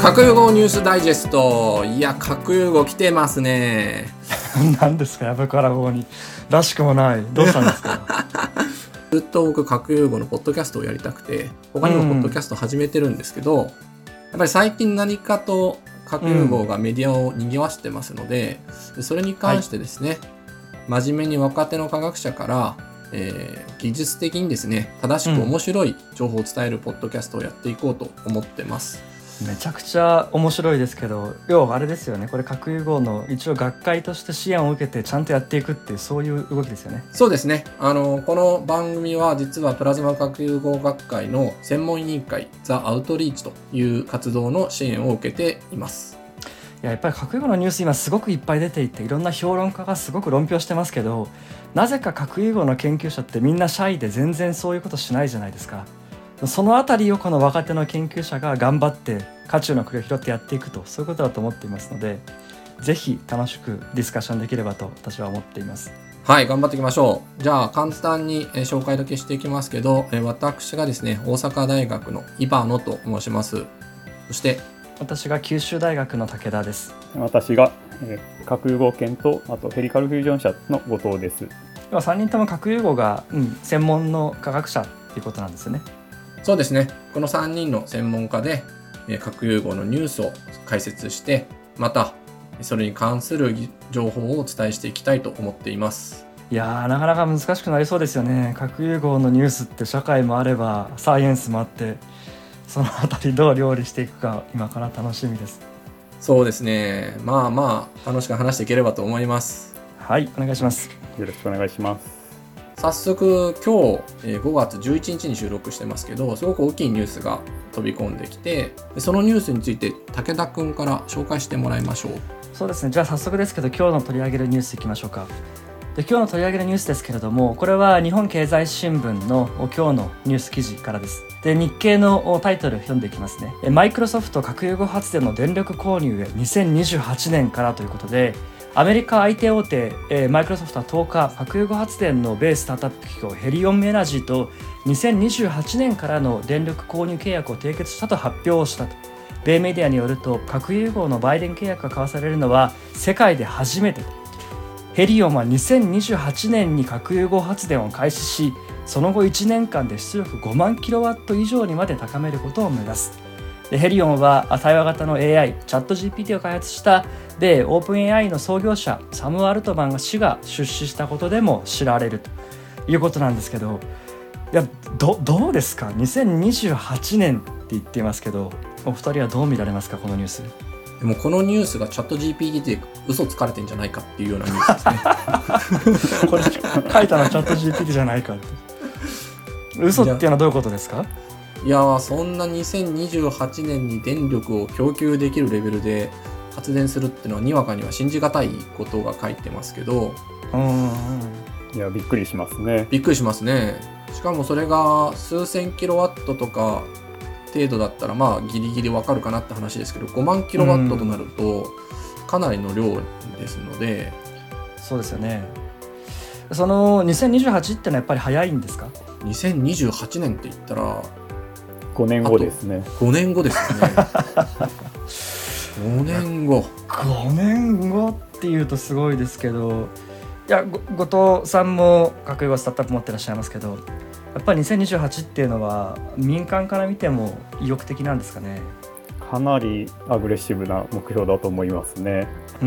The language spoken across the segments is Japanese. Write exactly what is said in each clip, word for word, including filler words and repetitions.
核融合ニュースダイジェスト。いや、核融合来てますね。 何ですか、やぶから棒にらしくもない。どうしたんですか？ ずっと僕核融合のポッドキャストをやりたくて、他にもポッドキャスト始めてるんですけど、うん、やっぱり最近何かと核融合がメディアを賑わしてますので、うん、それに関してですね、はい、真面目に若手の科学者から、えー、技術的にですね、正しく面白い情報を伝えるポッドキャストをやっていこうと思ってます。 うん、めちゃくちゃ面白いですけど、要はあれですよね、これ核融合の一応学会として支援を受けてちゃんとやっていくっていう、そういう動きですよね。 そうですね。あのこの番組は実はプラズマ核融合学会の専門委員会ザ・アウトリーチという活動の支援を受けています。 いや、やっぱり核融合のニュース今すごくいっぱい出ていて、いろんな評論家がすごく論評してますけど、なぜか核融合の研究者ってみんなシャイで全然そういうことしないじゃないですか。そのあたりをこの若手の研究者が頑張って渦中の栗を拾ってやっていくと、そういうことだと思っていますので、ぜひ楽しくディスカッションできればと私は思っています。 はい、頑張っていきましょう。じゃあ簡単に紹介だけしていきますけど、私がですね、大阪大学の伊庭野と申します。そして私が九州大学の武田です。 私が、えー、核融合研とあとヘリカルフュージョン社の後藤です。 さんにんとも核融合が、うん、専門の科学者ということなんですよね。 そうですね。このさんにんの専門家で、えー、核融合のニュースを解説して、またそれに関する情報をお伝えしていきたいと思っています。 いやー、なかなか難しくなりそうですよね。核融合のニュースって社会もあればサイエンスもあって、そのあたりどう料理していくか今から楽しみです。 そうですね。まあまあ楽しく話していければと思います。 はい、お願いします。 よろしくお願いします。 早速今日ごがつじゅういちにちに収録してますけど、すごく大きいニュースが飛び込んできて、そのニュースについて武田くんから紹介してもらいましょう。 そうですね。じゃあ早速ですけど、今日の取り上げるニュースいきましょうか。で、今日の取り上げるニュースですけれども、これは日本経済新聞の今日のニュース記事からです。で、日経のタイトル読んでいきますね。マイクロソフト核融合発電の電力購入へにせんにじゅうはちねんからということで、アメリカ アイティー 大手、えー、マイクロソフトはとおか、核融合発電の米スタートアップ企業ヘリオンエナジーとにせんにじゅうはちねんからの電力購入契約を締結したと発表をしたと。米メディアによると、核融合の売電契約が交わされるのは世界で初めてと。ヘリオンはにせんにじゅうはちねんに核融合発電を開始し、その後いちねんかんで出力ごまんキロワット以上にまで高めることを目指す。で、ヘリオンは対話型の エーアイ チャット ジーピーティー を開発した米オープン エーアイ の創業者サム・アルトマン氏が出資したことでも知られるということなんですけど、いや、 ど, どうですか、にせんにじゅうはちねんって言っていますけど、お二人はどう見られますか、このニュース。 でもこのニュースがチャット ジーピーティー で嘘つかれてんじゃないかっていうようなニュースですね。 これ書いたのチャット ジーピーティー じゃないかって。嘘っていうのはどういうことですか？ いや、そんなにせんにじゅうはちねんに電力を供給できるレベルで発電するっていうのはにわかには信じがたいことが書いてますけど、 うんうん、 いや、びっくりしますね。 びっくりしますね。しかもそれが数千キロワットとか程度だったらまあギリギリわかるかなって話ですけど、ごまんキロワットとなるとかなりの量ですので、 うん、そうですよね。そのにせんにじゅうはちってのはやっぱり早いんですか？ にせんにじゅうはちねんって言ったらごねんごですね。 ごねんごですよね。ごねんごごねんごっていうとすごいですけど、いや、後藤さんも核融合スタートアップ持ってらっしゃいますけど、やっぱりにせんにじゅうはちっていうのは民間から見ても意欲的なんですかね？ かなりアグレッシブな目標だと思いますね。 うん、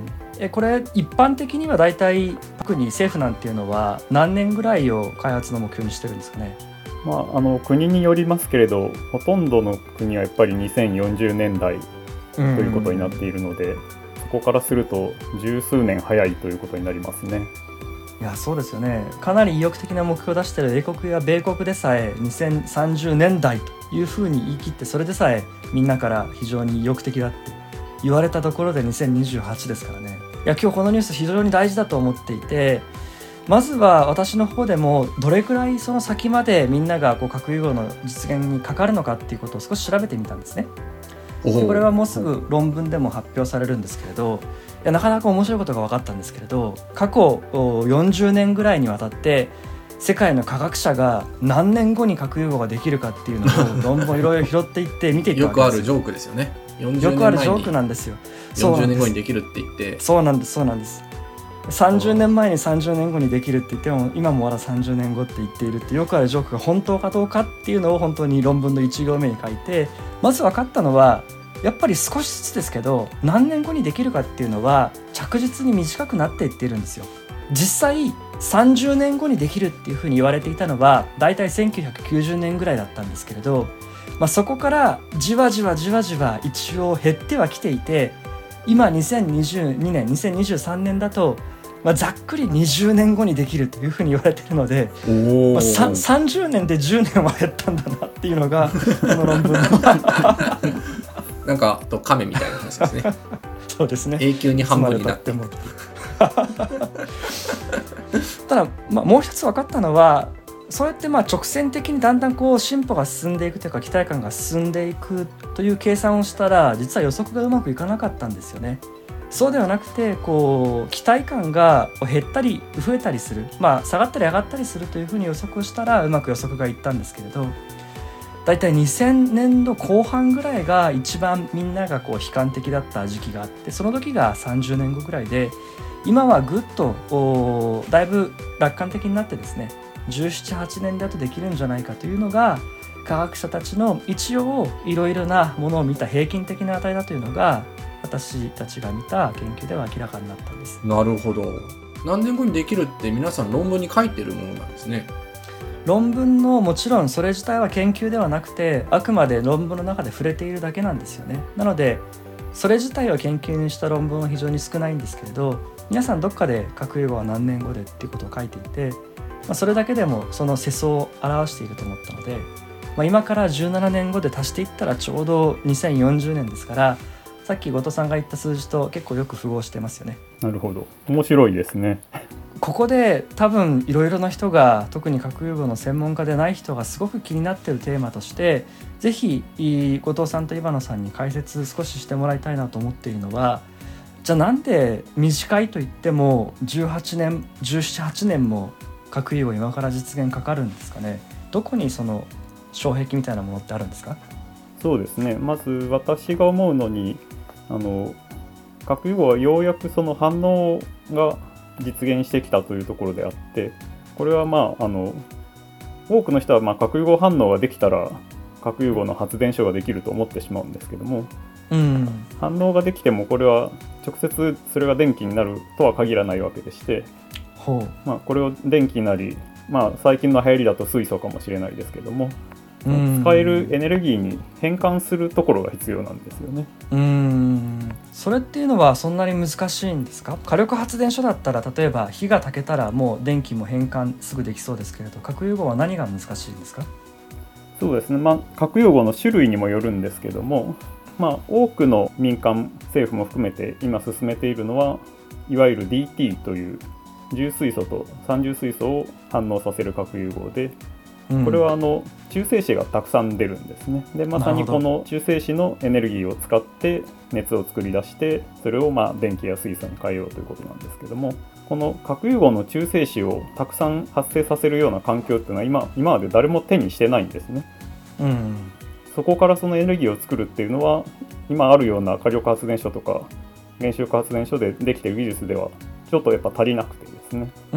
えこれ一般的にはだいたい特に政府なんていうのは何年ぐらいを開発の目標にしてるんですかね？ まあ、あの国によりますけれど、ほとんどの国はやっぱりにせんよんじゅうねんだいということになっているので、そこからすると十数年早いということになりますね。 いや、そうですよね。かなり意欲的な目標を出している英国や米国でさえにせんさんじゅうねんだいというふうに言い切って、それでさえみんなから非常に意欲的だって言われたところでにせんにじゅうはちですからね。いや、今日このニュース非常に大事だと思っていて、まずは私の方でもどれくらいその先までみんながこう核融合の実現にかかるのかっていうことを少し調べてみたんですね。でこれはもうすぐ論文でも発表されるんですけれど、いや、なかなか面白いことが分かったんですけれど、過去よんじゅうねんぐらいにわたって世界の科学者が何年後に核融合ができるかっていうのを論文いろいろ拾っていって見ていくわけですよ。 よくあるジョークですよね。よんじゅうねんまえによくあるジョークなんですよ。 よんじゅうねんごにできるって言って、 そうなんですそうなんですさんじゅうねんまえにさんじゅうねんごにできるって言っても今もまださんじゅうねんごって言っているってよくあるジョークが本当かどうかっていうのを本当に論文のいち行目に書いて、まず分かったのはやっぱり少しずつですけど何年後にできるかっていうのは着実に短くなっていっているんですよ。実際さんじゅうねんごにできるっていうふうに言われていたのはだいたいせんきゅうひゃくきゅうじゅうねんぐらいだったんですけれど、まあ、そこからじわじわじわじわ一応減ってはきていて、今にせんにじゅうにねんにせんにじゅうさんねんだと、まあ、ざっくりにじゅうねんごにできるというふうに言われているので、まあ、ささんじゅうねんでじゅうねんは減ったんだなっていうのがこの論文のなんかあと亀みたいな話ですね。 そうですね、 永久に半分になってもただ、まあ、もう一つ分かったのはそうやってまあ直線的にだんだんこう進歩が進んでいくというか期待感が進んでいくという計算をしたら実は予測がうまくいかなかったんですよね。そうではなくてこう期待感が減ったり増えたりする、まあ、下がったり上がったりするというふうに予測をしたらうまく予測がいったんですけれど、だいたいにせんねんどこう半ぐらいが一番みんながこう悲観的だった時期があって、その時がさんじゅうねんごぐらいで、今はぐっとだいぶ楽観的になってですねじゅうなな、はちねんだとできるんじゃないかというのが科学者たちの一応いろいろなものを見た平均的な値だというのが私たちが見た研究では明らかになったんです。 なるほど。何年後にできるって皆さん論文に書いてるものなんですね。 論文のもちろんそれ自体は研究ではなくてあくまで論文の中で触れているだけなんですよね。なのでそれ自体を研究にした論文は非常に少ないんですけれど、皆さんどっかで核融合は何年後でっていうことを書いていて、まあ、それだけでもその世相を表していると思ったので、まあ、今からじゅうななねんごで足していったらちょうどにせんよんじゅうねんですから、さっき後藤さんが言った数字と結構よく符合してますよね。 なるほど、面白いですね。 ここで多分いろいろな人が、特に核融合の専門家でない人がすごく気になっているテーマとして、ぜひ後藤さんと岩野さんに解説少ししてもらいたいなと思っているのは、じゃあなんで短いといってもじゅうはちねんじゅうなな、はちねんも核融合今から実現かかるんですかね。どこにその障壁みたいなものってあるんですか？ そうですね、まず私が思うのに、あの核融合はようやくその反応が実現してきたというところであって、これはまああの多くの人はまあ核融合反応ができたら核融合の発電所ができると思ってしまうんですけども、 うん、 反応ができてもこれは直接それが電気になるとは限らないわけでして、 ほう、 まあ、これを電気なり、まあ、最近の流行りだと水素かもしれないですけども、うん、使えるエネルギーに変換するところが必要なんですよね。 うーん、それっていうのはそんなに難しいんですか？火力発電所だったら例えば火が焚けたらもう電気も変換すぐできそうですけれど、核融合は何が難しいんですか？ そうですね、まあ、核融合の種類にもよるんですけども、まあ、多くの民間政府も含めて今進めているのはいわゆる ディーティー という重水素と三重水素を反応させる核融合で、これはあの中性子がたくさん出るんですね。でまさにこの中性子のエネルギーを使って熱を作り出して、それをまあ電気や水素に変えようということなんですけども、この核融合の中性子をたくさん発生させるような環境っていうのは 今, 今まで誰も手にしてないんですね。 うん、 そこからそのエネルギーを作るっていうのは今あるような火力発電所とか原子力発電所でできている技術ではちょっとやっぱ足りなくてですね。 うん、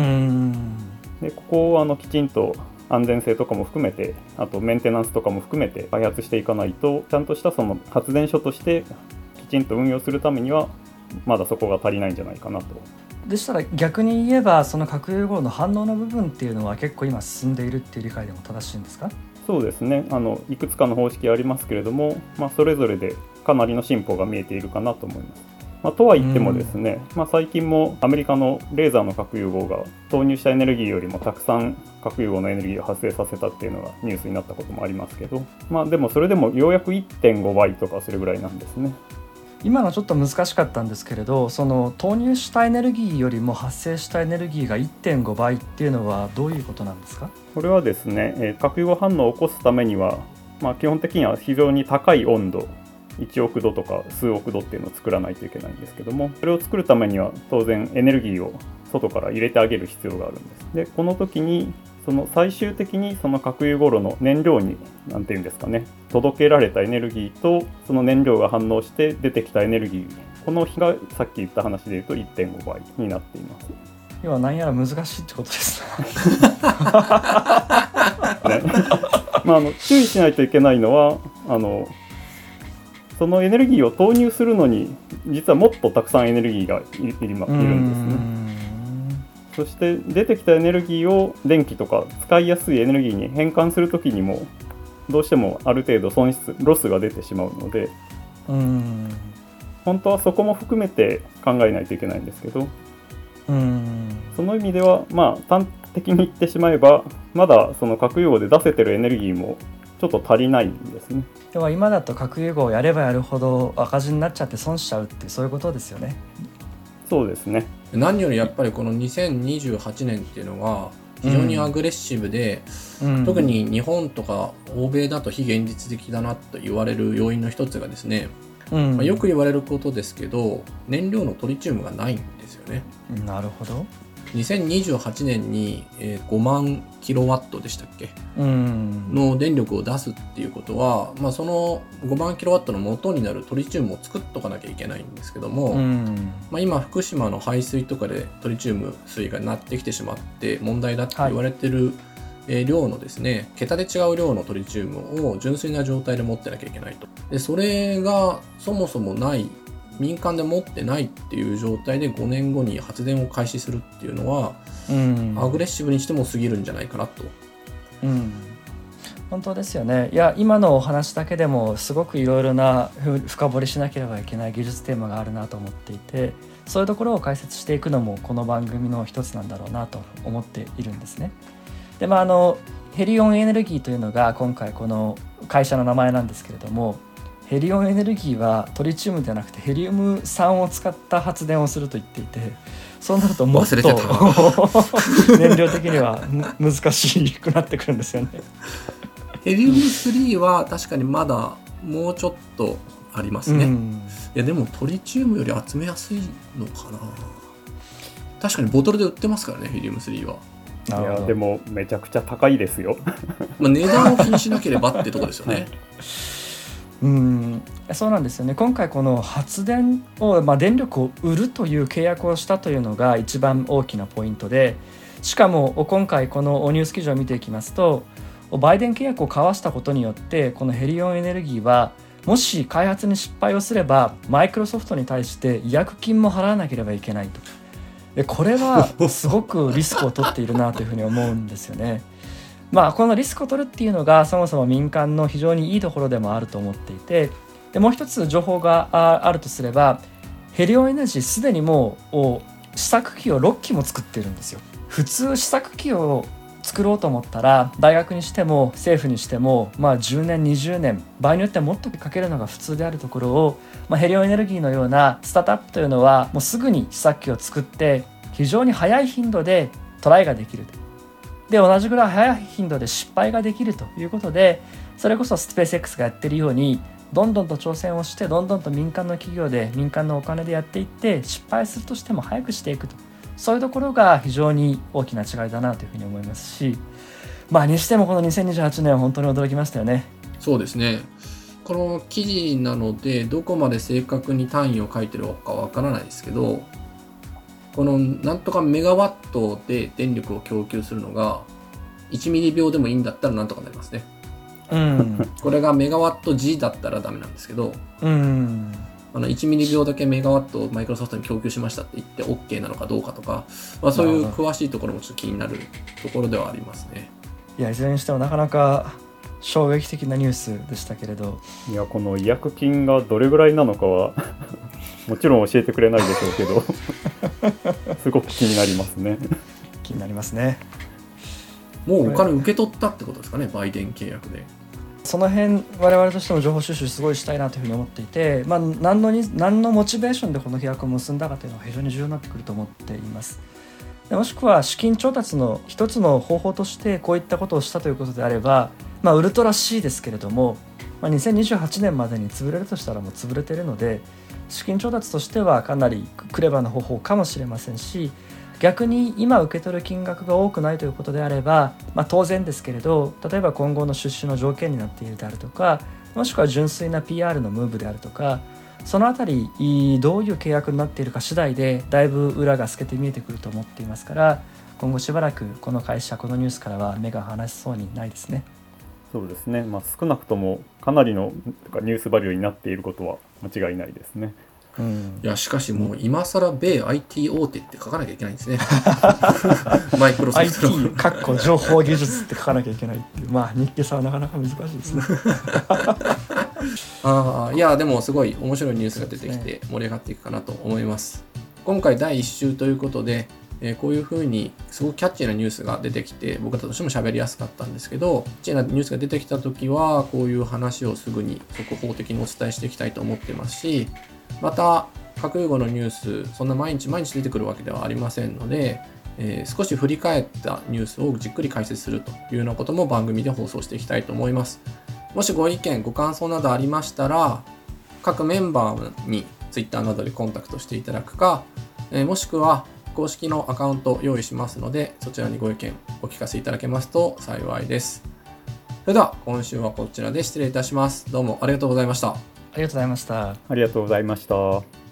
でここをあのきちんと安全性とかも含めて、あとメンテナンスとかも含めて開発していかないと、ちゃんとしたその発電所としてきちんと運用するためにはまだそこが足りないんじゃないかなと。 でしたら逆に言えばその核融合の反応の部分っていうのは結構今進んでいるっていう理解でも正しいんですか？ そうですね、あのいくつかの方式ありますけれども、まあ、それぞれでかなりの進歩が見えているかなと思います。まあ、とは言ってもですね、まあ、最近もアメリカのレーザーの核融合が投入したエネルギーよりもたくさん核融合のエネルギーを発生させたっていうのがニュースになったこともありますけど、まあ、でもそれでもようやく いってんご 倍とかそれぐらいなんですね。 今のちょっと難しかったんですけれど、その投入したエネルギーよりも発生したエネルギーが いってんご 倍っていうのはどういうことなんですか？ これはですね、えー、核融合反応を起こすためには、まあ、基本的には非常に高い温度いちおくどとか数億度っていうのを作らないといけないんですけども、それを作るためには当然エネルギーを外から入れてあげる必要があるんです。でこの時にその最終的にその核融合炉の燃料に何ていうんですかね、届けられたエネルギーとその燃料が反応して出てきたエネルギー、この比がさっき言った話でいうと いってんご 倍になっています。 要は何やら難しいってことですねまあ、あの注意しないといけないのは、あのそのエネルギーを投入するのに実はもっとたくさんエネルギーが い, い, いるんですね。そして出てきたエネルギーを電気とか使いやすいエネルギーに変換するときにもどうしてもある程度損失ロスが出てしまうので、 うーん本当はそこも含めて考えないといけないんですけど、 うーんその意味ではまあ端的に言ってしまえばまだその核融合で出せてるエネルギーもちょっと足りないんですね。 要は今だと核融合をやればやるほど赤字になっちゃって損しちゃうってそういうことですよね。 そうですね。 何よりやっぱりこのにせんにじゅうはちねんっていうのが非常にアグレッシブで、うん、特に日本とか欧米だと非現実的だなと言われる要因の一つがですね、うんまあ、よく言われることですけど燃料のトリチウムがないんですよね。 なるほど。 にせんにじゅうはちねんにごまんキロワットでしたっけ、 うん、 の電力を出すっていうことは、まあ、そのごまんキロワットの元になるトリチウムを作っとかなきゃいけないんですけども、うんまあ、今福島の排水とかでトリチウム水がなってきてしまって問題だって言われてる、はい量のですね、桁で違う量のトリチウムを純粋な状態で持ってなきゃいけないと。でそれがそもそもない民間で持ってないっていう状態でごねんごに発電を開始するっていうのは、うん、アグレッシブにしても過ぎるんじゃないかなと、 うん、本当ですよね。いや今のお話だけでもすごくいろいろな深掘りしなければいけない技術テーマがあるなと思っていて、そういうところを解説していくのもこの番組の一つなんだろうなと思っているんですね。で、まあ、あのヘリオンエネルギーというのが今回この会社の名前なんですけれども、ヘリオンエネルギーはトリチウムではなくてヘリウム酸を使った発電をすると言っていて、そうなるともっと燃料的には難しくなってくるんですよね。 ヘリウムスリーは確かにまだもうちょっとありますね、うん、いやでもトリチウムより集めやすいのかな。確かにボトルで売ってますからねヘリウムスリーは。 いやでもめちゃくちゃ高いですよまあ値段を気にしなければってとこですよね、はいうんそうなんですよね。今回この発電を、まあ、電力を売るという契約をしたというのが一番大きなポイントで、しかも今回このニュース記事を見ていきますと、バイデン契約を交わしたことによってこのヘリオンエネルギーはもし開発に失敗をすればマイクロソフトに対して違約金も払わなければいけないと。でこれはすごくリスクを取っているなというふうに思うんですよね。まあ、このリスクを取るっていうのがそもそも民間の非常にいいところでもあると思っていて、でもう一つ情報があるとすれば、ヘリオンエネルギーすでにもう試作機をろっきも作っているんですよ。普通試作機を作ろうと思ったら大学にしても政府にしても、まあ、じゅうねんにじゅうねん場合によってはもっとかけるのが普通であるところを、まあ、ヘリオンエネルギーのようなスタートアップというのはもうすぐに試作機を作って非常に早い頻度でトライができる。で同じぐらい早い頻度で失敗ができるということで、それこそスペース X がやってるようにどんどんと挑戦をしてどんどんと民間の企業で民間のお金でやっていって失敗するとしても早くしていくと、そういうところが非常に大きな違いだなというふうに思いますし、まあにしてもこのにせんにじゅうはちねんは本当に驚きましたよね。 そうですね。この記事なのでどこまで正確に単位を書いてるかわからないですけど、このなんとかメガワットで電力を供給するのがいちミリびょうでもいいんだったらなんとかなりますね、うん、これがメガワット G だったらダメなんですけど、うん、あのいちミリびょうだけメガワットをマイクロソフトに供給しましたって言って OK なのかどうかとか、まあ、そういう詳しいところもちょっと気になるところではありますね。 いやいずれにしてもなかなか衝撃的なニュースでしたけれど、 いやこの違約金がどれぐらいなのかはもちろん教えてくれないでしょうけどすごく気になりますね。 気になりますね。 もうお金受け取ったってことですかね、バイデン契約で。 その辺我々としても情報収集すごいしたいなというふうに思っていて、まあ、何のに何のモチベーションでこの契約を結んだかというのは非常に重要になってくると思っています。でもしくは資金調達の一つの方法としてこういったことをしたということであれば、まあ、ウルトラ C ですけれども、まあ、にせんにじゅうはちねんまでに潰れるとしたらもう潰れているので、資金調達としてはかなりクレバーな方法かもしれませんし、 逆に今受け取る金額が多くないということであれば、まあ、当然ですけれど、例えば今後の出資の条件になっているであるとか、もしくは純粋な ピーアール のムーブであるとか、そのあたりどういう契約になっているか次第でだいぶ裏が透けて見えてくると思っていますから、今後しばらくこの会社このニュースからは目が離せそうにないですね。 そうですね、まあ、少なくともかなりのニュースバリューになっていることは間違いないですね。 うん、 いやしかしもう今更米 アイティー 大手って書かなきゃいけないんですねマイクロソフトのアイティー かっこ情報技術って書かなきゃいけないっていう、まあ日経さんはなかなか難しいですねあいやでもすごい面白いニュースが出てきて盛り上がっていくかなと思います。今回だいいっ週ということで、えー、こういう風にすごくキャッチーなニュースが出てきて僕らとしても喋りやすかったんですけど、キャッチーなニュースが出てきた時はこういう話をすぐに速報的にお伝えしていきたいと思ってますし、また核融合のニュースそんな毎日毎日出てくるわけではありませんので、えー、少し振り返ったニュースをじっくり解説するというようなことも番組で放送していきたいと思います。もしご意見ご感想などありましたら各メンバーに Twitter などでコンタクトしていただくか、えー、もしくは公式のアカウントを用意しますのでそちらにご意見お聞かせいただけますと幸いです。それでは今週はこちらで失礼いたします。どうもありがとうございました。 ありがとうございました。 ありがとうございました。